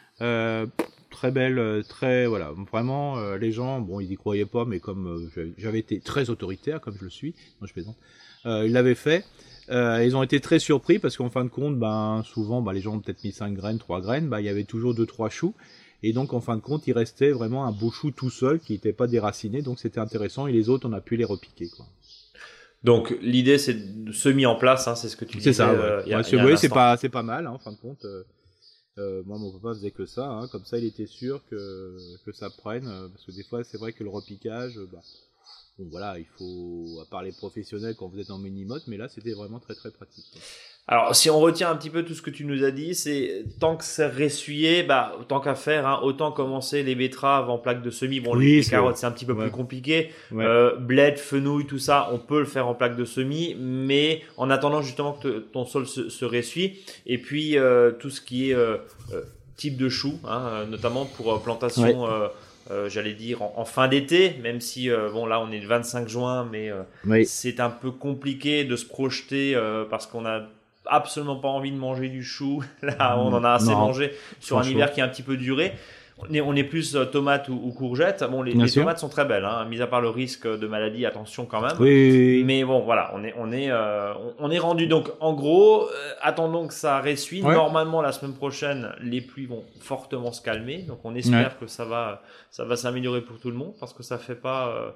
Très belle, voilà, vraiment les gens, bon ils y croyaient pas, mais comme j'avais été très autoritaire comme je le suis, non je plaisante, ils l'avaient fait. Ils ont été très surpris parce qu'en fin de compte, souvent, les gens ont peut-être mis 5 graines, 3 graines, il y avait toujours 2-3 choux. Et donc, en fin de compte, il restait vraiment un beau chou tout seul qui n'était pas déraciné. Donc, c'était intéressant. Et les autres, on a pu les repiquer, quoi. Donc, l'idée, c'est de se mis en place, hein, c'est ce que tu disais. C'est ça, ouais. Vous voyez, c'est pas mal, hein, en fin de compte. Moi, mon papa faisait que ça, hein. Comme ça, il était sûr que ça prenne, parce que des fois, c'est vrai que le repiquage, bon, voilà, il faut, à part les professionnels quand vous êtes en mini-motte, mais là, c'était vraiment très très pratique, quoi. Alors, si on retient un petit peu tout ce que tu nous as dit, c'est tant que c'est ressuyé, tant qu'à faire, hein, autant commencer les betteraves en plaque de semis. Bon, Oui, les carottes, c'est un petit peu plus compliqué. Bled, fenouil, tout ça, on peut le faire en plaque de semis, mais en attendant justement que ton sol se ressuie. Et puis, tout ce qui est type de chou, hein, notamment pour plantation... j'allais dire en fin d'été, même si bon là on est le 25 juin, mais c'est un peu compliqué de se projeter parce qu'on a absolument pas envie de manger du chou. Là, on en a assez mangé sur un hiver qui a un petit peu duré. On est plus tomates ou courgettes. Bon, les tomates sont très belles, hein, mis à part le risque de maladie, attention quand même. Oui. Mais bon, voilà, on est rendu. Donc, en gros, attendons que ça ressuie. Ouais. Normalement, la semaine prochaine, les pluies vont fortement se calmer. Donc, on espère que ça va s'améliorer pour tout le monde parce que ça fait pas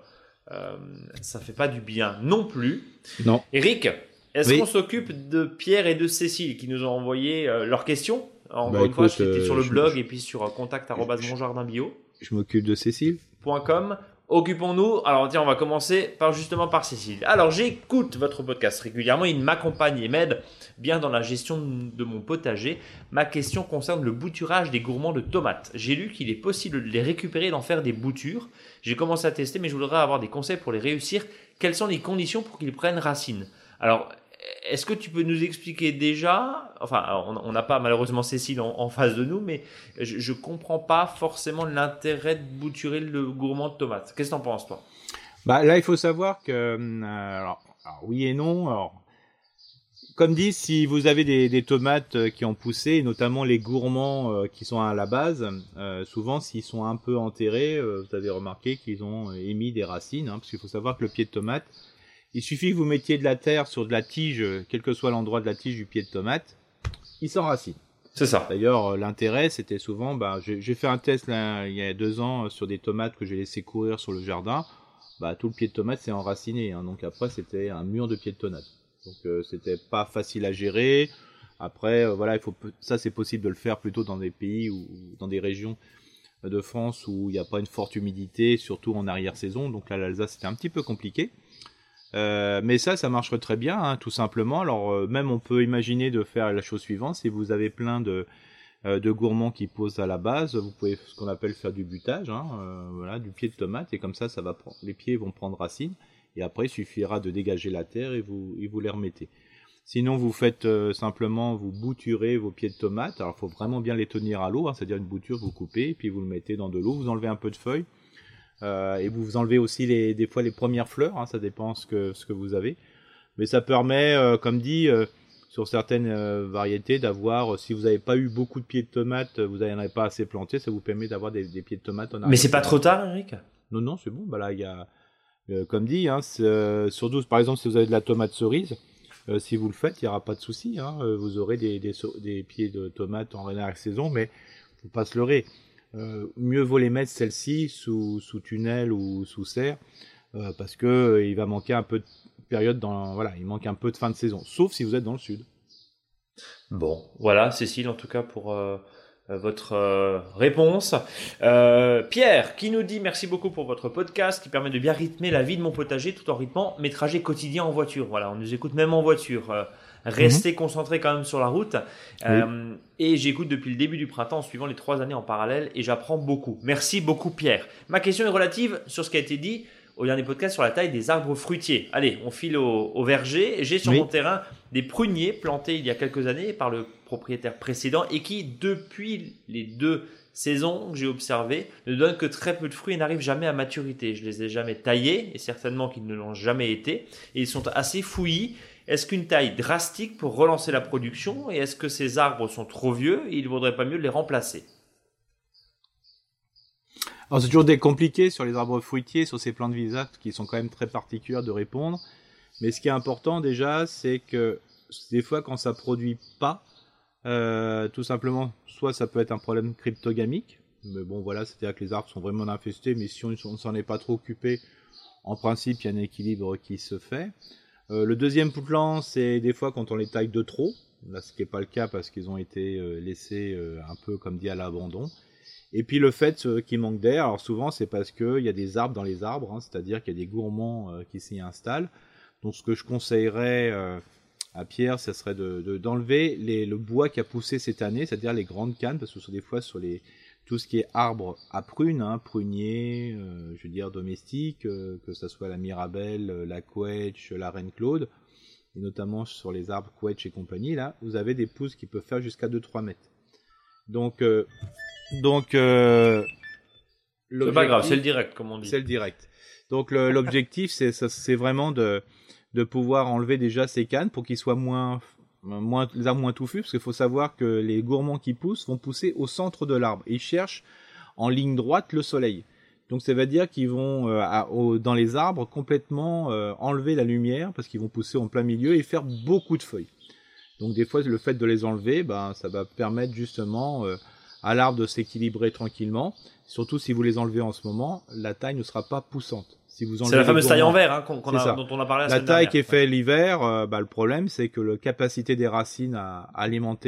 du bien non plus. Non. Eric, est-ce qu'on s'occupe de Pierre et de Cécile qui nous ont envoyé leurs questions? Encore une fois, c'était sur le blog et puis sur contact@monjardinbio. Je m'occupe de Cécile.com. Occupons-nous. Alors tiens, on va commencer par Cécile. Alors j'écoute votre podcast régulièrement, il m'accompagne et m'aide bien dans la gestion de mon potager. Ma question concerne le bouturage des gourmands de tomates. J'ai lu qu'il est possible de les récupérer et d'en faire des boutures. J'ai commencé à tester, mais je voudrais avoir des conseils pour les réussir. Quelles sont les conditions pour qu'ils prennent racine? Alors, est-ce que tu peux nous expliquer déjà, enfin, on n'a pas malheureusement Cécile en face de nous, mais je comprends pas forcément l'intérêt de bouturer le gourmand de tomates. Qu'est-ce que t'en penses, toi? Là, il faut savoir que, alors oui et non. Alors, comme dit, si vous avez des tomates qui ont poussé, notamment les gourmands qui sont à la base, souvent s'ils sont un peu enterrés, vous avez remarqué qu'ils ont émis des racines, hein, parce qu'il faut savoir que le pied de tomate, il suffit que vous mettiez de la terre sur de la tige, quel que soit l'endroit de la tige du pied de tomate, il s'enracine. C'est ça. D'ailleurs, l'intérêt, c'était souvent, j'ai fait un test là, il y a 2 ans sur des tomates que j'ai laissé courir sur le jardin. Tout le pied de tomate s'est enraciné, hein, donc après c'était un mur de pied de tomate. Donc c'était pas facile à gérer. Après, voilà, ça c'est possible de le faire plutôt dans des pays ou dans des régions de France où il n'y a pas une forte humidité, surtout en arrière-saison. Donc là, l'Alsace c'était un petit peu compliqué. Mais ça marcherait très bien, hein, tout simplement. Alors même on peut imaginer de faire la chose suivante, si vous avez plein de gourmands qui posent à la base, vous pouvez ce qu'on appelle faire du butage, hein, voilà, du pied de tomate, et comme ça va les pieds vont prendre racine, et après il suffira de dégager la terre et vous les remettez. Sinon vous faites simplement, vous bouturez vos pieds de tomate. Alors il faut vraiment bien les tenir à l'eau, hein, c'est-à-dire une bouture, vous coupez, et puis vous le mettez dans de l'eau, vous enlevez un peu de feuilles. Et vous enlevez aussi des fois les premières fleurs, hein, ça dépend ce que vous avez. Mais ça permet, comme dit, sur certaines variétés, d'avoir, si vous n'avez pas eu beaucoup de pieds de tomates, vous n'en avez pas assez planté, ça vous permet d'avoir des pieds de tomates en arrière. Mais c'est pas trop tard, Eric? Non, c'est bon. Là, il y a, comme dit, hein, sur 12, par exemple, si vous avez de la tomate cerise, si vous le faites, il n'y aura pas de souci. Hein, vous aurez des pieds de tomates en arrière-saison, mais faut pas se leurrer. Mieux vaut les mettre celles-ci sous tunnel ou sous serre parce que il va manquer un peu de période il manque un peu de fin de saison, sauf si vous êtes dans le sud. Bon, voilà, Cécile, en tout cas pour votre réponse. Pierre qui nous dit merci beaucoup pour votre podcast qui permet de bien rythmer la vie de mon potager tout en rythmant mes trajets quotidiens en voiture. Voilà, on nous écoute même en voiture. Restez concentré quand même sur la route. Oui. Et j'écoute depuis le début du printemps en suivant les 3 années en parallèle et j'apprends beaucoup. Merci beaucoup Pierre. Ma question est relative sur ce qui a été dit au dernier podcast sur la taille des arbres fruitiers. Allez, on file au verger. J'ai sur mon terrain des pruniers plantés il y a quelques années par le propriétaire précédent et qui, depuis les 2 saisons que j'ai observées, ne donnent que très peu de fruits et n'arrivent jamais à maturité. Je les ai jamais taillés et certainement qu'ils ne l'ont jamais été. Et ils sont assez fouillis. Est-ce qu'une taille drastique pour relancer la production et est-ce que ces arbres sont trop vieux et il ne vaudrait pas mieux les remplacer? Alors c'est toujours compliqué sur les arbres fruitiers, sur ces plantes visaces qui sont quand même très particulières de répondre. Mais ce qui est important déjà, c'est que des fois quand ça produit pas, tout simplement, soit ça peut être un problème cryptogamique, mais bon voilà, c'est-à-dire que les arbres sont vraiment infestés, mais si on ne s'en est pas trop occupé, en principe il y a un équilibre qui se fait. Le deuxième plan, c'est des fois quand on les taille de trop. Là, ce qui n'est pas le cas parce qu'ils ont été laissés un peu, comme dit, à l'abandon. Et puis le fait qu'il manque d'air, alors souvent c'est parce qu'il y a des arbres dans les arbres, hein, c'est-à-dire qu'il y a des gourmands qui s'y installent. Donc ce que je conseillerais à Pierre, ce serait d'enlever le bois qui a poussé cette année, c'est-à-dire les grandes cannes, parce que des fois sur tout ce qui est arbre à prunes, hein, prunier, je veux dire domestique, que ce soit la Mirabelle, la Quetch, la Reine Claude, et notamment sur les arbres Quetch et compagnie, là, vous avez des pousses qui peuvent faire jusqu'à 2-3 mètres. Donc c'est pas grave, c'est le direct, comme on dit. C'est le direct. Donc l'objectif, c'est vraiment de pouvoir enlever déjà ces cannes pour qu'ils soient les arbres moins touffus, parce qu'il faut savoir que les gourmands qui poussent vont pousser au centre de l'arbre. Ils cherchent en ligne droite le soleil. Donc ça veut dire qu'ils vont dans les arbres complètement enlever la lumière, parce qu'ils vont pousser en plein milieu et faire beaucoup de feuilles. Donc des fois, le fait de les enlever, ça va permettre justement à l'arbre de s'équilibrer tranquillement. Surtout si vous les enlevez en ce moment, la taille ne sera pas poussante. Si vous enlevez c'est la fameuse taille en verre hein, dont on a parlé la semaine dernière. La taille qui est faite l'hiver, le problème c'est que la capacité des racines à alimenter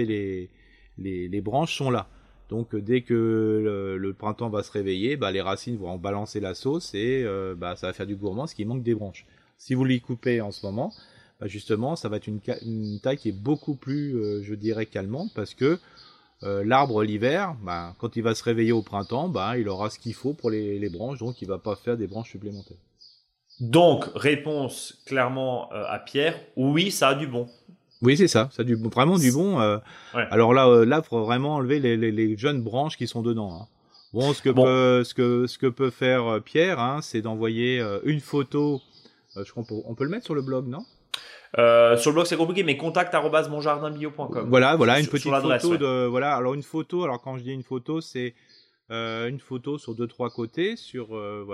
les branches sont là. Donc dès que le printemps va se réveiller, les racines vont en balancer la sauce et ça va faire du gourmand, ce qui manque des branches. Si vous les coupez en ce moment, justement ça va être une taille qui est beaucoup plus, je dirais, calmante, parce que l'arbre l'hiver, quand il va se réveiller au printemps, il aura ce qu'il faut pour les branches, donc il va pas faire des branches supplémentaires. Donc, réponse clairement à Pierre, oui, ça a du bon. Oui, c'est ça a vraiment du bon. Ouais. Alors là, faut vraiment enlever les jeunes branches qui sont dedans. Hein. Bon, ce que peut faire Pierre, hein, c'est d'envoyer une photo. Je crois on peut le mettre sur le blog, non? Sur le blog c'est compliqué, mais contact@monjardinbio.com. Voilà, une petite photo ouais. Alors une photo. Alors quand je dis une photo, c'est une photo sur 2-3 côtés sur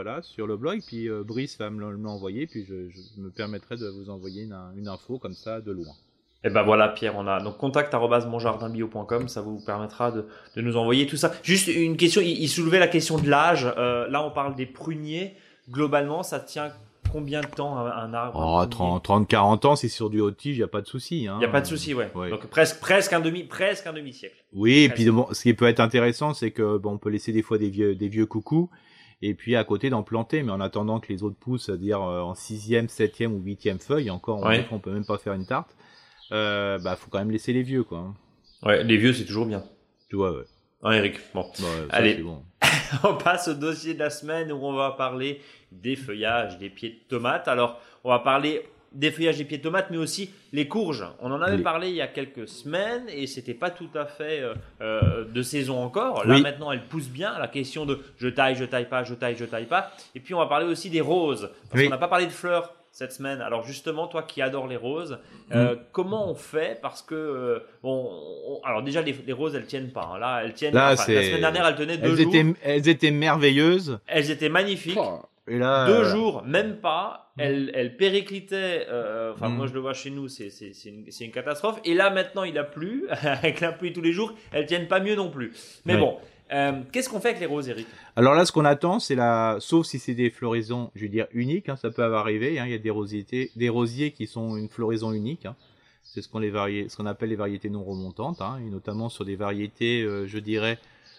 le blog. Puis Brice va me l'envoyer, puis je me permettrai de vous envoyer une info comme ça de loin. Et voilà, Pierre, on a donc contact@monjardinbio.com, ça vous permettra de nous envoyer tout ça. Juste une question, il soulevait la question de l'âge. Là, on parle des pruniers. Globalement, ça tient combien de temps un arbre? 30-40 ans, c'est sur du haut-tige, il n'y a pas de souci. Hein. Il n'y a pas de souci, ouais. Donc presque un demi-siècle. Oui, et puis ce qui peut être intéressant, c'est que on peut laisser des fois des vieux coucous, et puis à côté d'en planter, mais en attendant que les autres poussent, c'est-à-dire en 6e, 7e ou 8e feuille, encore, on peut même pas faire une tarte. Faut quand même laisser les vieux, quoi. Hein. Ouais, les vieux, c'est toujours bien. Tu vois, ouais. Hein, Eric. Bon. Allez. C'est bon. On passe au dossier de la semaine où on va parler des feuillages, des pieds de tomates. Alors, on va parler des feuillages des pieds de tomates, mais aussi les courges. On en avait parlé il y a quelques semaines et c'était pas tout à fait de saison encore. Là, maintenant, elles poussent bien. La question de je taille pas. Et puis, on va parler aussi des roses. Parce qu'on n'a pas parlé de fleurs cette semaine. Alors justement, toi qui adores les roses, comment on fait? Parce que alors déjà les roses elles tiennent pas. Hein. Là elles tiennent. La semaine dernière elles tenaient 2 jours. Elles étaient merveilleuses. Elles étaient magnifiques. Et là, 2 jours, même pas. Elles périclitaient. Moi je le vois chez nous, c'est une catastrophe. Et là maintenant il a plu avec la pluie tous les jours. Elles tiennent pas mieux non plus. Mais bon. Qu'est-ce qu'on fait avec les roses, Eric? Alors là, ce qu'on attend, c'est sauf si c'est des floraisons, je veux dire, uniques, hein, ça peut arriver, hein, il y a des rosiers qui sont une floraison unique, hein. C'est ce qu'on appelle les variétés non remontantes, hein, et notamment sur des variétés, je dirais,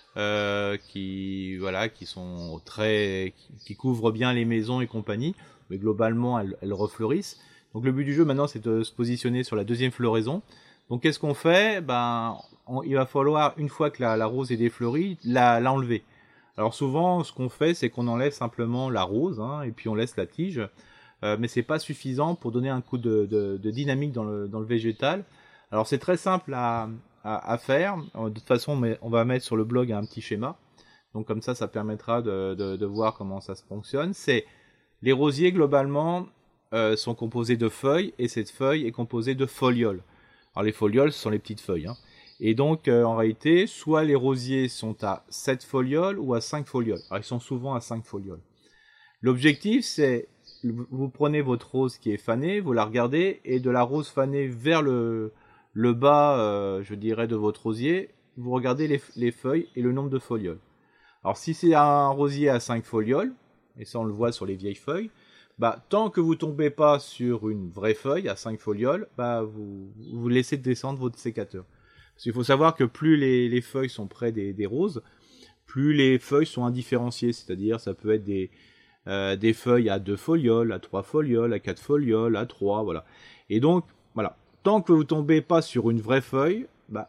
qui sont qui couvrent bien les maisons et compagnie, mais globalement, elles refleurissent. Donc le but du jeu maintenant, c'est de se positionner sur la deuxième floraison. Donc qu'est-ce qu'on fait? Il va falloir, une fois que la rose est défleurie, l'enlever. Alors souvent, ce qu'on fait, c'est qu'on enlève simplement la rose, hein, et puis on laisse la tige. Mais c'est pas suffisant pour donner un coup de dynamique dans le végétal. Alors c'est très simple à faire. De toute façon, on va mettre sur le blog un petit schéma. Donc comme ça permettra de voir comment ça se fonctionne. Les rosiers globalement sont composés de feuilles, et cette feuille est composée de folioles. Alors les folioles, ce sont les petites feuilles, hein. Et donc, en réalité, soit les rosiers sont à 7 folioles ou à 5 folioles. Alors, ils sont souvent à 5 folioles. L'objectif, c'est, vous prenez votre rose qui est fanée, vous la regardez, et de la rose fanée vers le bas, je dirais, de votre rosier, vous regardez les feuilles et le nombre de folioles. Alors, si c'est un rosier à 5 folioles, et ça on le voit sur les vieilles feuilles, tant que vous tombez pas sur une vraie feuille à 5 folioles, vous laissez descendre votre sécateur. Parce qu'il faut savoir que plus les feuilles sont près des roses, plus les feuilles sont indifférenciées. C'est-à-dire, ça peut être des feuilles à 2 folioles, à 3 folioles, à 4 folioles, à 3, voilà. Et donc, voilà. Tant que vous tombez pas sur une vraie feuille,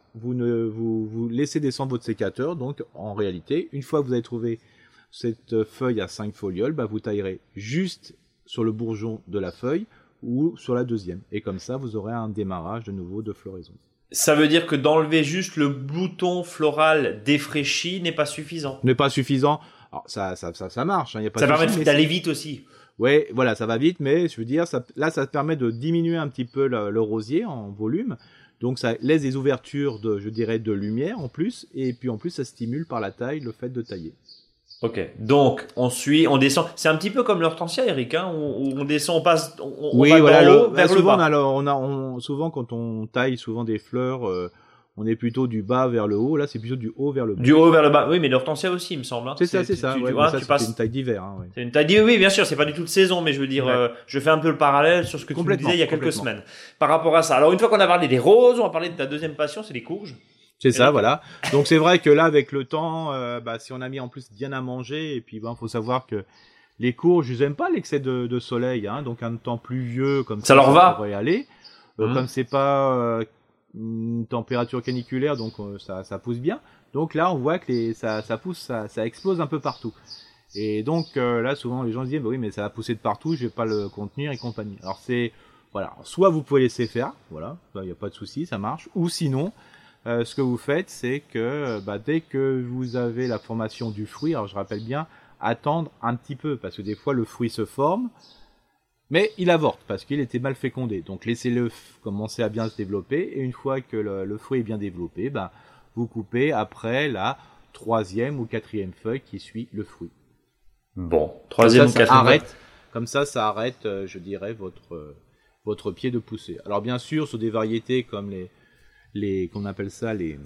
vous laissez descendre votre sécateur. Donc, en réalité, une fois que vous avez trouvé cette feuille à 5 folioles, vous taillerez juste sur le bourgeon de la feuille ou sur la deuxième. Et comme ça, vous aurez un démarrage de nouveau de floraison. Ça veut dire que d'enlever juste le bouton floral défraîchi n'est pas suffisant. N'est pas suffisant. Alors, ça marche. Y a pas ça de permet souci, d'aller vite aussi. Ouais, voilà, ça va vite, mais je veux dire, ça permet de diminuer un petit peu le rosier en volume. Donc, ça laisse des ouvertures de lumière en plus. Et puis, en plus, ça stimule par la taille le fait de tailler. Ok, donc on descend. C'est un petit peu comme l'hortensia, Eric, hein, où on descend, on passe, on va d'en haut vers le bas. Souvent, quand on taille souvent des fleurs, on est plutôt du bas vers le haut. Là, c'est plutôt du haut vers le bas. Du haut vers le bas. Oui, mais l'hortensia aussi, il me semble. Hein. C'est ça. Tu C'est une taille d'hiver. Hein, ouais. C'est une taille d'hiver, oui, bien sûr. C'est pas du tout de saison, mais je veux dire, je fais un peu le parallèle sur ce que tu me disais il y a quelques semaines par rapport à ça. Alors, une fois qu'on a parlé des roses, on va parler de ta deuxième passion, c'est les courges. C'est ça, voilà. Donc c'est vrai que là, avec le temps, si on a mis en plus bien à manger, et puis faut savoir que les courges, ils aiment pas l'excès de soleil, hein. Donc un temps pluvieux comme ça leur va. pourrait aller. Comme c'est pas une température caniculaire, donc ça pousse bien. Donc là, on voit que ça pousse, ça explose un peu partout. Et donc là, souvent les gens se disent, oui, mais ça va pousser de partout, je vais pas le contenir et compagnie. Alors soit vous pouvez laisser faire, voilà, il y a pas de souci, ça marche. Ou sinon, ce que vous faites, c'est que dès que vous avez la formation du fruit, alors je rappelle bien, attendre un petit peu, parce que des fois le fruit se forme, mais il avorte, parce qu'il était mal fécondé. Donc laissez-le commencer à bien se développer, et une fois que le fruit est bien développé, vous coupez après la 3e ou 4e feuille qui suit le fruit. Bon, 3e ou 4e feuille. Comme ça arrête, je dirais, votre pied de poussée. Alors bien sûr, sur des variétés comme qu'on appelle ça les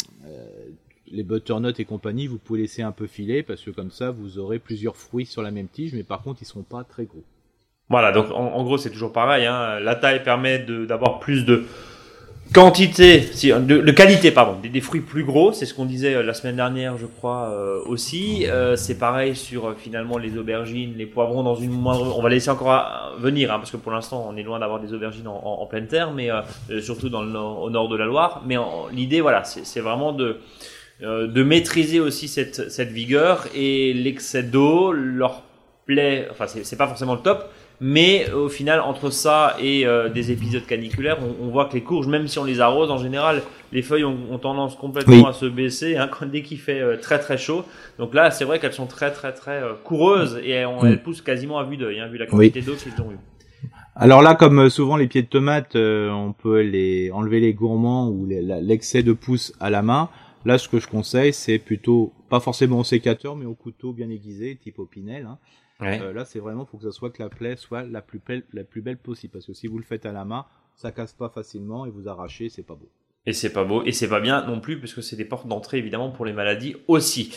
butternuts et compagnie, vous pouvez laisser un peu filer parce que comme ça vous aurez plusieurs fruits sur la même tige, mais par contre ils seront pas très gros. Voilà, donc en gros c'est toujours pareil, hein. La taille permet d'avoir plus de quantité, de qualité, pardon, des fruits plus gros, c'est ce qu'on disait la semaine dernière, je crois, aussi. C'est pareil sur finalement les aubergines, les poivrons dans une moindre. On va laisser encore venir, hein, parce que pour l'instant on est loin d'avoir des aubergines en pleine terre, mais surtout au nord de la Loire. Mais l'idée, voilà, c'est vraiment de maîtriser aussi cette vigueur, et l'excès d'eau leur plaît. Enfin, c'est pas forcément le top. Mais au final, entre ça et des épisodes caniculaires, on voit que les courges, même si on les arrose, en général, les feuilles ont tendance complètement à se baisser dès qu'il fait très très chaud. Donc là, c'est vrai qu'elles sont très très très coureuses, et elles poussent quasiment à vue d'œil, vu la quantité d'eau qu'ils ont eu. Alors là, comme souvent les pieds de tomates, on peut enlever les gourmands ou l'excès de pousse à la main. Là, ce que je conseille, c'est plutôt, pas forcément au sécateur, mais au couteau bien aiguisé, type Opinel, hein. Ouais. Là, c'est vraiment, faut que ça soit que la plaie soit la plus belle possible, parce que si vous le faites à la main, ça casse pas facilement et vous arrachez, c'est pas beau. Et c'est pas beau, et c'est pas bien non plus, parce que c'est des portes d'entrée évidemment pour les maladies aussi.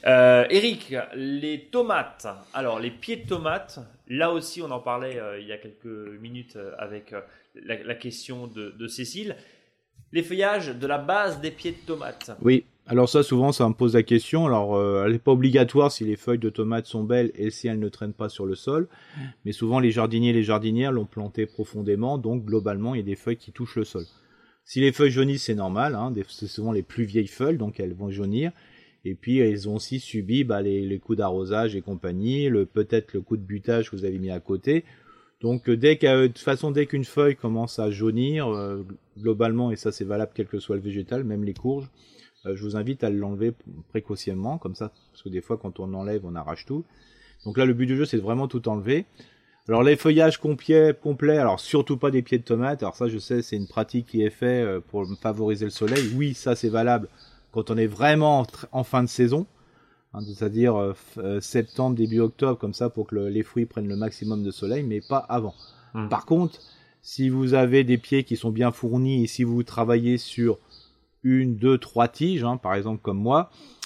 Eric, les tomates. Alors les pieds de tomates, là aussi on en parlait il y a quelques minutes avec la question de Cécile. Les feuillages de la base des pieds de tomates. Oui. Alors ça, souvent, ça me pose la question. Alors, elle n'est pas obligatoire si les feuilles de tomates sont belles et si elles ne traînent pas sur le sol. Mais souvent, les jardiniers et les jardinières l'ont planté profondément. Donc, globalement, il y a des feuilles qui touchent le sol. Si les feuilles jaunissent, c'est normal. C'est souvent les plus vieilles feuilles, donc elles vont jaunir. Et puis, elles ont aussi subi les coups d'arrosage et compagnie, peut-être le coup de butage que vous avez mis à côté. Donc, dès qu'une feuille commence à jaunir, globalement, et ça c'est valable quel que soit le végétal, même les courges, je vous invite à l'enlever précocement, comme ça, parce que des fois, quand on enlève, on arrache tout. Donc là, le but du jeu, c'est de vraiment tout enlever. Alors, les feuillages complets, alors surtout pas des pieds de tomates. Alors ça, je sais, c'est une pratique qui est faite pour favoriser le soleil. Oui, ça, c'est valable quand on est vraiment en fin de saison, c'est-à-dire septembre, début octobre, comme ça, pour que les fruits prennent le maximum de soleil, mais pas avant. Par contre, si vous avez des pieds qui sont bien fournis et si vous travaillez sur 1, 2, 3 tiges, par exemple comme moi,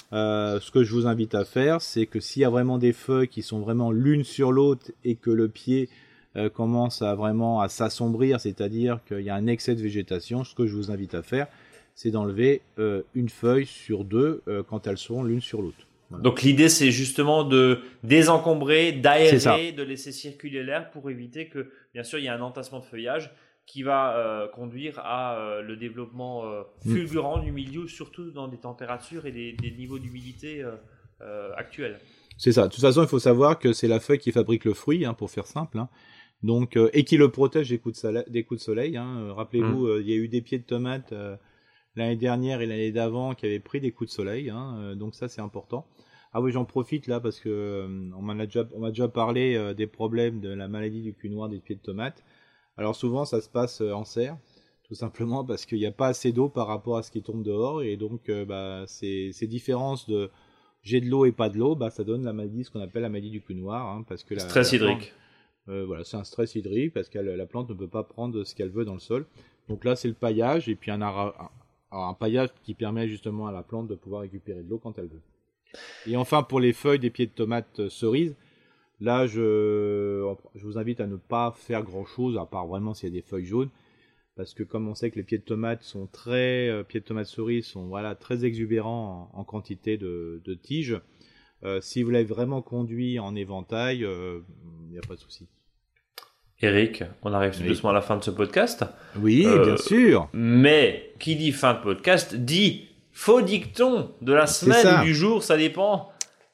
Ce que je vous invite à faire, c'est que s'il y a vraiment des feuilles qui sont vraiment l'une sur l'autre et que le pied commence à vraiment à s'assombrir, c'est-à-dire qu'il y a un excès de végétation, ce que je vous invite à faire, c'est d'enlever une feuille sur deux quand elles seront l'une sur l'autre. Voilà. Donc l'idée c'est justement de désencombrer, d'aérer, de laisser circuler l'air pour éviter que, bien sûr, il y a un entassement de feuillage qui va conduire à le développement fulgurant du milieu, surtout dans des températures et des niveaux d'humidité actuels. C'est ça. De toute façon, il faut savoir que c'est la feuille qui fabrique le fruit, pour faire simple. Donc, et qui le protège des coups de soleil. Rappelez-vous, il y a eu des pieds de tomates l'année dernière et l'année d'avant qui avaient pris des coups de soleil. Donc ça, c'est important. Ah oui, j'en profite là parce que on m'a déjà parlé des problèmes de la maladie du cul noir des pieds de tomates. Alors souvent, ça se passe en serre, tout simplement parce qu'il n'y a pas assez d'eau par rapport à ce qui tombe dehors, et donc ces différences de j'ai de l'eau et pas de l'eau, ça donne la maladie, ce qu'on appelle la maladie du cul noir, parce que stress hydrique. Voilà, c'est un stress hydrique parce que la plante ne peut pas prendre ce qu'elle veut dans le sol. Donc là, c'est le paillage, et puis un paillage qui permet justement à la plante de pouvoir récupérer de l'eau quand elle veut. Et enfin, pour les feuilles des pieds de tomates cerises, là, je vous invite à ne pas faire grand-chose, à part vraiment s'il y a des feuilles jaunes, parce que comme on sait que les pieds de tomates sont pieds de tomates cerises sont très exubérants en quantité de tiges. Si vous l'avez vraiment conduit en éventail, il n'y a pas de souci. Eric, on arrive tout doucement à la fin de ce podcast. Oui, bien sûr. Mais qui dit fin de podcast dit faux dicton de la semaine ou du jour, ça dépend.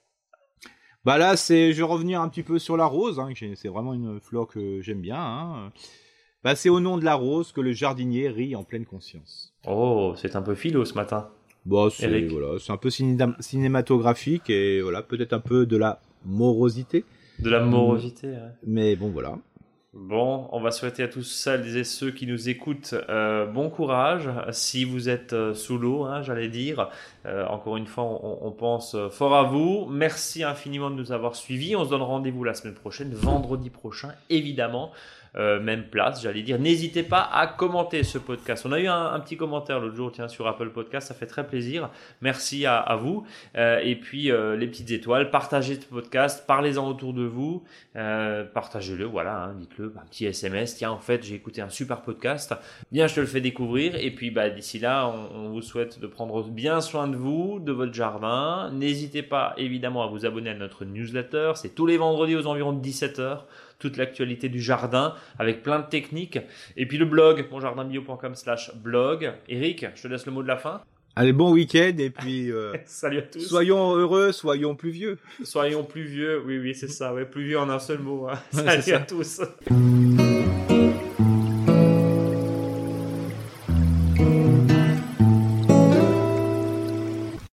Là, je vais revenir un petit peu sur la rose. C'est vraiment une fleur que j'aime bien. C'est au nom de la rose que le jardinier rit en pleine conscience. Oh, c'est un peu philo ce matin. C'est un peu cinématographique et voilà, peut-être un peu de la morosité. De la morosité, ouais. Mais bon, voilà. Bon, on va souhaiter à tous celles et ceux qui nous écoutent bon courage. Si vous êtes sous l'eau, j'allais dire. Encore une fois, on pense fort à vous. Merci infiniment de nous avoir suivis. On se donne rendez-vous la semaine prochaine, vendredi prochain, évidemment. Même place, j'allais dire. N'hésitez pas à commenter ce podcast. On a eu un petit commentaire l'autre jour, sur Apple Podcast, ça fait très plaisir. Merci à vous. Et puis les petites étoiles, partagez ce podcast, parlez-en autour de vous, partagez-le, voilà, dites-le, un petit SMS. Tiens, en fait, j'ai écouté un super podcast. Bien, je te le fais découvrir. Et puis, d'ici là, on vous souhaite de prendre bien soin de vous, de votre jardin. N'hésitez pas, évidemment, à vous abonner à notre newsletter. C'est tous les vendredis aux environs de 17h. Toute l'actualité du jardin avec plein de techniques. Et puis le blog, monjardinbio.com/blog. Eric, je te laisse le mot de la fin. Allez, bon week-end et puis salut à tous. Soyons heureux, soyons pluvieux. Soyons pluvieux, oui, c'est ça. Ouais, pluvieux en un seul mot. Salut à tous.